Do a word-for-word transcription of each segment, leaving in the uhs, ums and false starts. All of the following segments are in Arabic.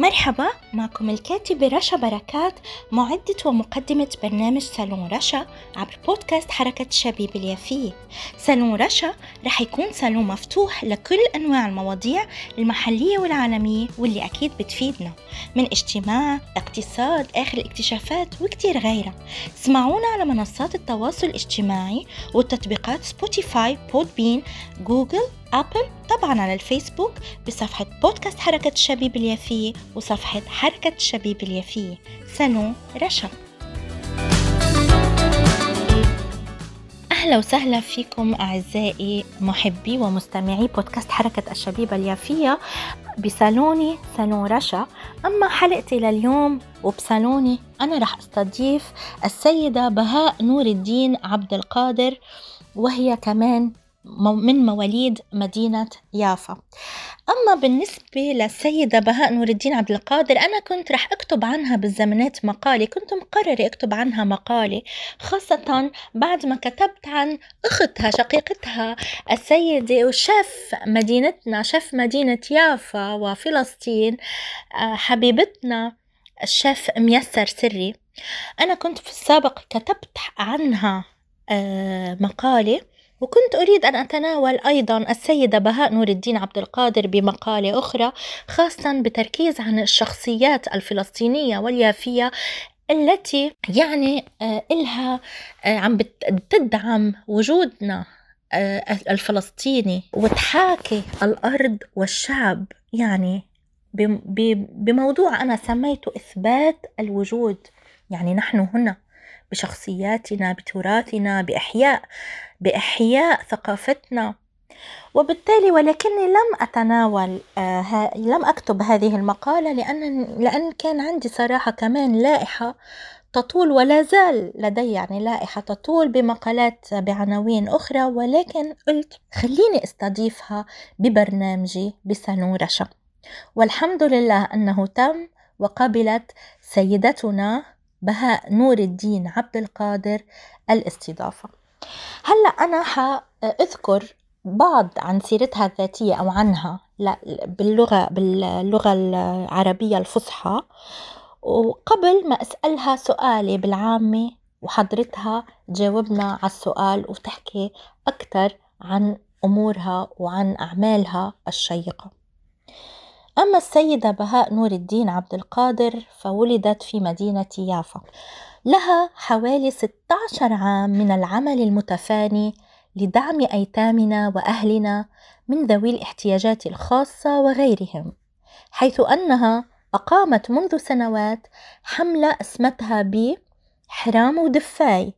مرحبا، معكم الكاتبة رشا بركات، معدة ومقدمة برنامج صالون رشا عبر بودكاست حركة الشبيب اليافية. صالون رشا رح يكون صالون مفتوح لكل أنواع المواضيع المحلية والعالمية واللي أكيد بتفيدنا، من اجتماع، اقتصاد، آخر الاكتشافات وكتير غيرها. اسمعونا على منصات التواصل الاجتماعي والتطبيقات سبوتيفاي، بودبين، جوجل، أبل، طبعا على الفيسبوك بصفحة بودكاست حركة الشبيب اليافية وصفحة حركة الشبيب اليافية. صالون رشا. أهلا وسهلا فيكم أعزائي محبي ومستمعي بودكاست حركة الشبيب اليافية بصالوني صالون رشا. أما حلقتي لليوم وبصالوني أنا رح أستضيف السيدة بهاء نور الدين عبد القادر، وهي كمان من مواليد مدينة يافا. أما بالنسبة للسيدة بهاء نور الدين عبد القادر، أنا كنت رح أكتب عنها بالزمانات مقالة، كنت مقررة أكتب عنها مقالة، خاصة بعد ما كتبت عن أختها شقيقتها السيدة وشيف مدينتنا، شيف مدينة يافا وفلسطين، حبيبتنا الشيف ميسر سري. أنا كنت في السابق كتبت عنها مقالة، وكنت أريد أن أتناول أيضا السيدة بهاء نور الدين عبد القادر بمقالة أخرى، خاصة بتركيز عن الشخصيات الفلسطينية واليافية التي يعني إلها عم بتدعم وجودنا الفلسطيني وتحاكي الأرض والشعب، يعني بموضوع أنا سميته إثبات الوجود. يعني نحن هنا بشخصياتنا، بتراثنا، بإحياء بإحياء ثقافتنا. وبالتالي ولكني لم أتناول آه لم أكتب هذه المقالة لأن لأن كان عندي صراحة كمان لائحة تطول، ولا زال لدي يعني لائحة تطول بمقالات بعناوين أخرى، ولكن قلت خليني استضيفها ببرنامجي بصالون رشا، والحمد لله أنه تم وقبلت سيدتنا بهاء نور الدين عبد القادر الاستضافة. هلأ أنا حأذكر بعض عن سيرتها الذاتية أو عنها باللغة باللغة العربية الفصحى، وقبل ما أسألها سؤالي بالعامة وحضرتها جاوبنا على السؤال وتحكي أكثر عن أمورها وعن أعمالها الشيقة. أما السيدة بهاء نور الدين عبد القادر فولدت في مدينة يافا، لها حوالي ستة عشر عام من العمل المتفاني لدعم أيتامنا وأهلنا من ذوي الاحتياجات الخاصة وغيرهم، حيث أنها أقامت منذ سنوات حملة اسمتها بحرام ودفاي،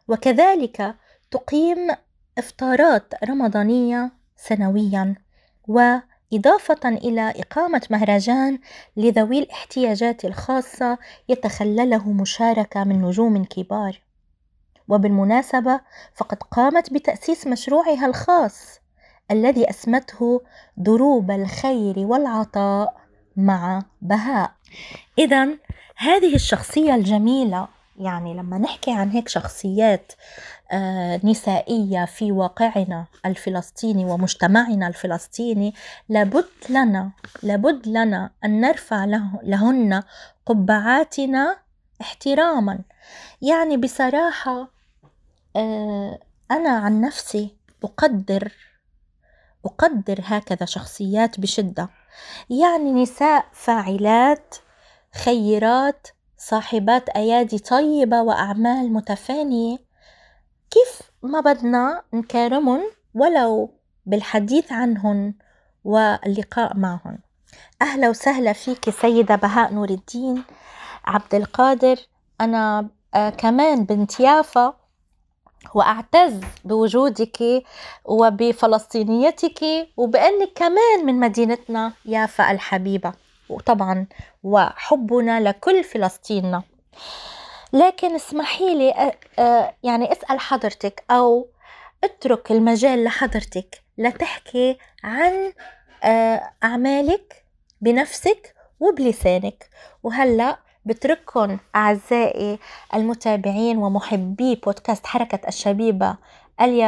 وكذلك تقيم إفطارات رمضانية سنويا، و إضافة إلى إقامة مهرجان لذوي الاحتياجات الخاصة يتخلله مشاركة من نجوم كبار. وبالمناسبة فقد قامت بتأسيس مشروعها الخاص الذي أسمته دروب الخير والعطاء مع بهاء. إذن هذه الشخصية الجميلة، يعني لما نحكي عن هيك شخصيات آه نسائية في واقعنا الفلسطيني ومجتمعنا الفلسطيني، لابد لنا لابد لنا أن نرفع له لهن قبعاتنا احتراما. يعني بصراحة آه أنا عن نفسي أقدر أقدر هكذا شخصيات بشدة، يعني نساء فاعلات خيرات صاحبات أيادي طيبة وأعمال متفانية، كيف ما بدنا نكرمهم ولو بالحديث عنهن واللقاء معهن. أهلا وسهلا فيك سيدة بهاء نور الدين عبد القادر. أنا آه كمان بنت يافا، وأعتز بوجودك وبفلسطينيتك، وبأنك كمان من مدينتنا يافا الحبيبة، وطبعا وحبنا لكل فلسطيننا. لكن اسمحي لي يعني أسأل حضرتك أو اترك المجال لحضرتك لتحكي عن أعمالك بنفسك وبلسانك. وهلأ بترككن أعزائي المتابعين ومحبي بودكاست حركة الشبيبة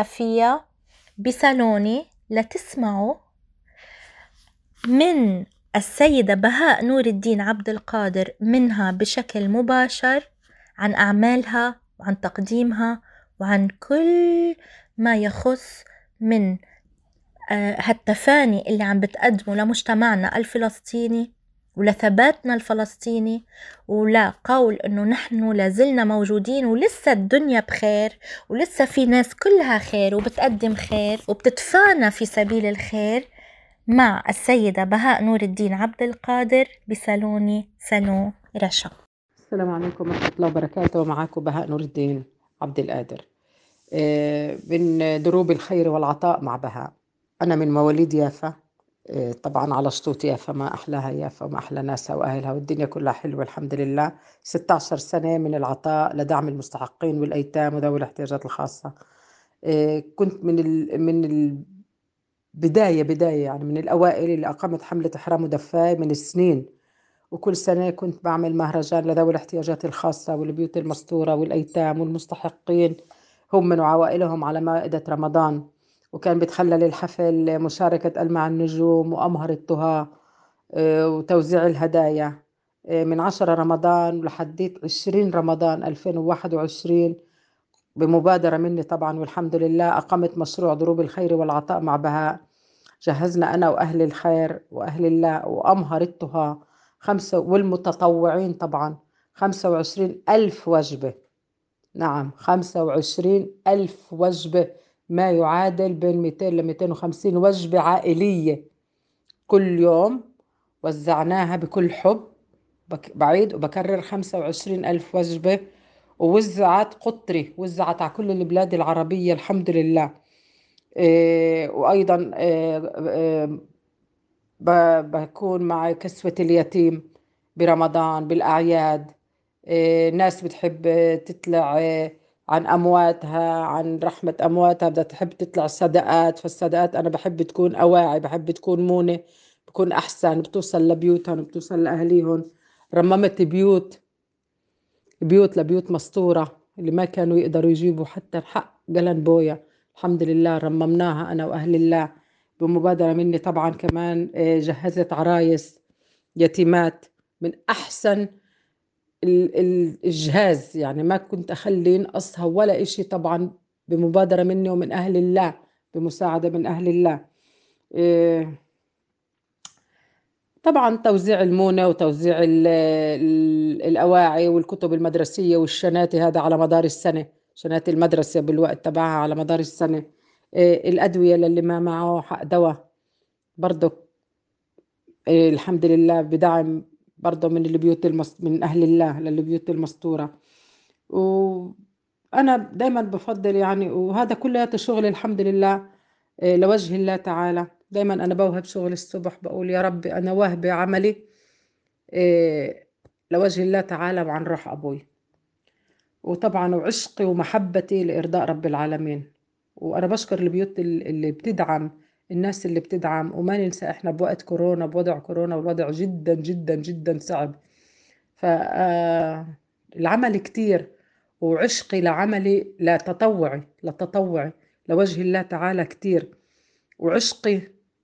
اليافية بصالوني لتسمعوا من السيدة بهاء نور الدين عبد القادر منها بشكل مباشر عن أعمالها وعن تقديمها وعن كل ما يخص من هالتفاني اللي عم بتقدمه لمجتمعنا الفلسطيني ولثباتنا الفلسطيني، ولا قول انه نحن لازلنا موجودين ولسه الدنيا بخير ولسه في ناس كلها خير وبتقدم خير وبتتفانى في سبيل الخير، مع السيدة بهاء نور الدين عبد القادر بصالوني صالون رشا. السلام عليكم ورحمة الله وبركاته، ومعاكم بهاء نور الدين عبد القادر من دروب الخير والعطاء مع بهاء. أنا من مواليد يافا، طبعا على شطوط يافا، ما أحلاها يافا وما أحلى ناسها وأهلها والدنيا كلها حلوة الحمد لله. ستة عشر سنة من العطاء لدعم المستحقين والأيتام وذوي الاحتياجات الخاصة. كنت من ال... من البداية بداية يعني من الأوائل اللي أقامت حملة إحرام ودفاي من السنين، وكل سنة كنت بعمل مهرجان لذوي الاحتياجات الخاصة والبيوت المستورة والأيتام والمستحقين هم من وعوائلهم على مائدة رمضان. وكان بتخلل الحفل مشاركة ألمع النجوم وأمهر التهى وتوزيع الهدايا من عشرة رمضان لحديت عشرين رمضان ألفين وواحد وعشرين بمبادرة مني طبعا، والحمد لله أقمت مشروع دروب الخير والعطاء مع بهاء. جهزنا أنا وأهل الخير وأهل الله وأمهر التهى خمسة والمتطوعين طبعا خمسة وعشرين ألف وجبة. نعم خمسة وعشرين ألف وجبة، ما يعادل بين مئتين ل مئتين وخمسين وجبة عائلية كل يوم، وزعناها بكل حب. بعيد وبكرر خمسة وعشرين ألف وجبة، ووزعت قطري، وزعت على كل البلاد العربية الحمد لله. إيه وأيضا إيه إيه بكون مع كسوة اليتيم برمضان بالأعياد. إيه ناس بتحب تطلع إيه عن أمواتها، عن رحمة أمواتها، بدها تحب تطلع صدقات، فالصدقات أنا بحب تكون أواعي، بحب تكون مونة، بكون أحسن، بتوصل لبيوتهم، بتوصل لأهليهم. رممت بيوت بيوت لبيوت مسطورة اللي ما كانوا يقدروا يجيبوا حتى حق قلن بويا، الحمد لله رممناها أنا وأهل الله بمبادرة مني طبعا. كمان جهزت عرايس يتيمات من أحسن الجهاز، يعني ما كنت أخلي نقصها ولا إشي، طبعا بمبادرة مني ومن أهل الله، بمساعدة من أهل الله. طبعا توزيع المونة وتوزيع ال ال الأواعي والكتب المدرسية والشناتي، هذا على مدار السنة، شناتي المدرسة بالوقت تبعها على مدار السنة. الأدوية للي ما معه حق دواء برضو الحمد لله بدعم برضو من البيوت المس... من أهل الله للبيوت المسطورة. وأنا دايما بفضل يعني، وهذا كله شغل الحمد لله لوجه الله تعالى. دايما أنا بوهب شغل الصبح، بقول يا ربي أنا واهبة عملي إيه لوجه الله تعالى وعن روح أبوي، وطبعا وعشقي ومحبتي لإرضاء رب العالمين. وأنا بشكر البيوت اللي بتدعم، الناس اللي بتدعم. وما ننسى إحنا بوقت كورونا، بوضع كورونا، والوضع جدا جدا جدا صعب، فالعمل كتير، وعشقي لعملي لتطوعي لتطوعي لوجه الله تعالى كتير، وعشقي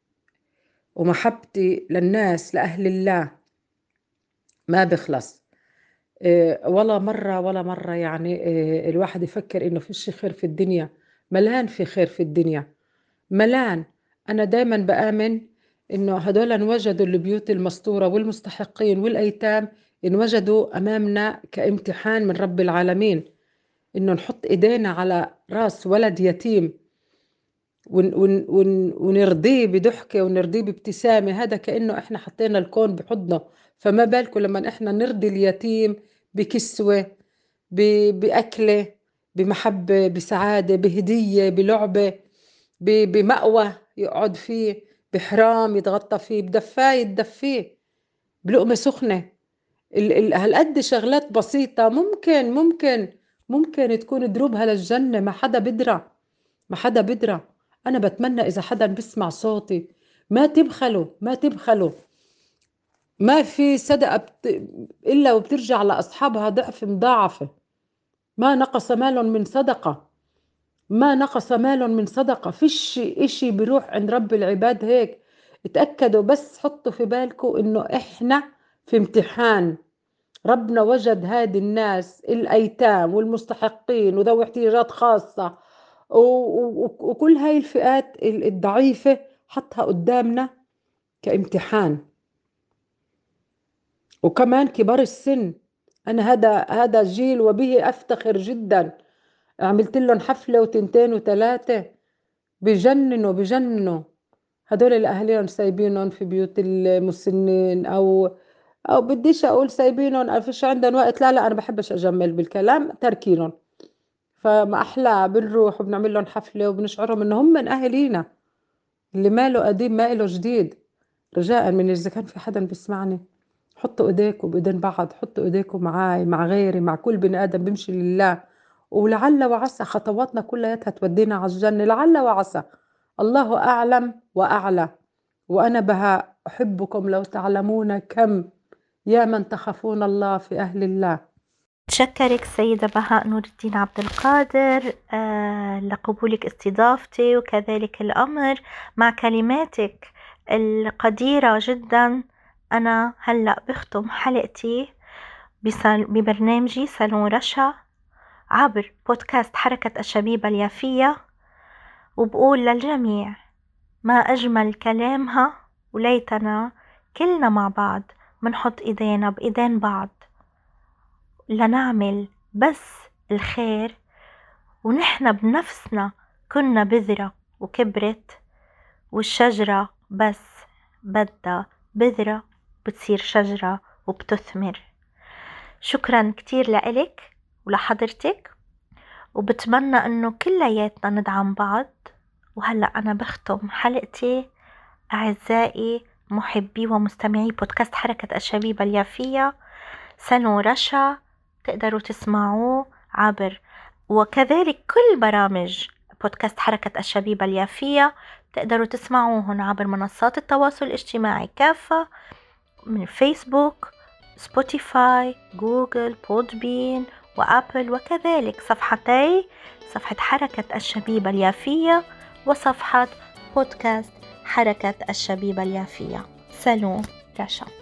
ومحبتي للناس لأهل الله ما بخلص. إيه ولا مرة ولا مرة يعني إيه الواحد يفكر إنه فيش خير في الدنيا، ملان في خير في الدنيا ملان. أنا دايما بآمن إنه هدول انوجدوا البيوت المسطورة والمستحقين والأيتام، انوجدوا أمامنا كامتحان من رب العالمين، إنه نحط إيدينا على رأس ولد يتيم ون ون ون ونرضيه بضحكة ونرضيه بابتسامة، هذا كأنه إحنا حطينا الكون بحضنه. فما بالكم لما إحنا نرضي اليتيم بكسوة، بأكلة، بمحبة، بسعادة، بهدية، بلعبة، بمأوى يقعد فيه، بحرام يتغطى فيه، بدفاية يتدفيه، بلقمة سخنة. هالقد شغلات بسيطة ممكن ممكن ممكن تكون دروبها للجنة، ما حدا بدرى ما حدا بدرى. أنا بتمنى إذا حدا بيسمع صوتي ما تبخلوا ما تبخلوا. ما في صدقة بت... إلا وبترجع لأصحابها ضعف مضاعفة. ما نقص مال من صدقة، ما نقص مال من صدقة، فيش إشي بيروح عند رب العباد هيك اتأكدوا بس، حطوا في بالكم إنه إحنا في امتحان. ربنا وجد هذه الناس الأيتام والمستحقين وذوي احتياجات خاصة وكل هاي الفئات الضعيفة، حطها قدامنا كامتحان. وكمان كبار السن، أنا هذا هذا جيل وبه أفتخر جدا. عملت لهم حفلة وتنتين وثلاثة، بجننوا بجننوا. هدول اللي أهلهم سايبينهم في بيوت المسنين، أو أو بديش أقول سايبينهم فيش عندهم وقت، لا لا أنا بحبش أجمل بالكلام، تركينهم. فما أحلى بنروح وبنعمل لهم حفلة وبنشعرهم إنه هم من أهلينا. اللي ماله قديم ما له جديد. رجاء من إذا كان في حدا بيسمعني، حطوا إيديكم بإيدين بعض، حطوا إيديكم معاي مع غيري مع كل بني آدم بيمشي لله، ولعل وعسى خطواتنا كلها تودينا على الجنة. لعل وعسى، الله أعلم وأعلى. وأنا بها أحبكم لو تعلمون كم يا من تخافون الله في أهل الله. تشكرك سيدة بهاء نور الدين عبد القادر آه لقبولك استضافتي، وكذلك الأمر مع كلماتك القديرة جدا. أنا هلأ بختم حلقتي ببرنامجي سالون رشا عبر بودكاست حركة الشبيبة اليافية، وبقول للجميع ما أجمل كلامها، وليتنا كلنا مع بعض منحط إيدينا بإيدين بعض لنعمل بس الخير. ونحن بنفسنا كنا بذرة وكبرت، والشجرة بس بدها بذرة بتصير شجرة وبتثمر. شكرا كتير لإلك ولحضرتك، وبتمنى أنه كلياتنا ندعم بعض. وهلأ أنا بختم حلقتي أعزائي محبي ومستمعي بودكاست حركة الشبيبة اليافية سالون رشا، تقدروا تسمعوه عبر، وكذلك كل برامج بودكاست حركة الشبيبة اليافية تقدروا تسمعوهن عبر منصات التواصل الاجتماعي كافة، من فيسبوك، سبوتيفاي، جوجل، بودبين وآبل، وكذلك صفحتي صفحة حركة الشبيبة اليافية وصفحة بودكاست حركة الشبيبة اليافية. سالون رشا.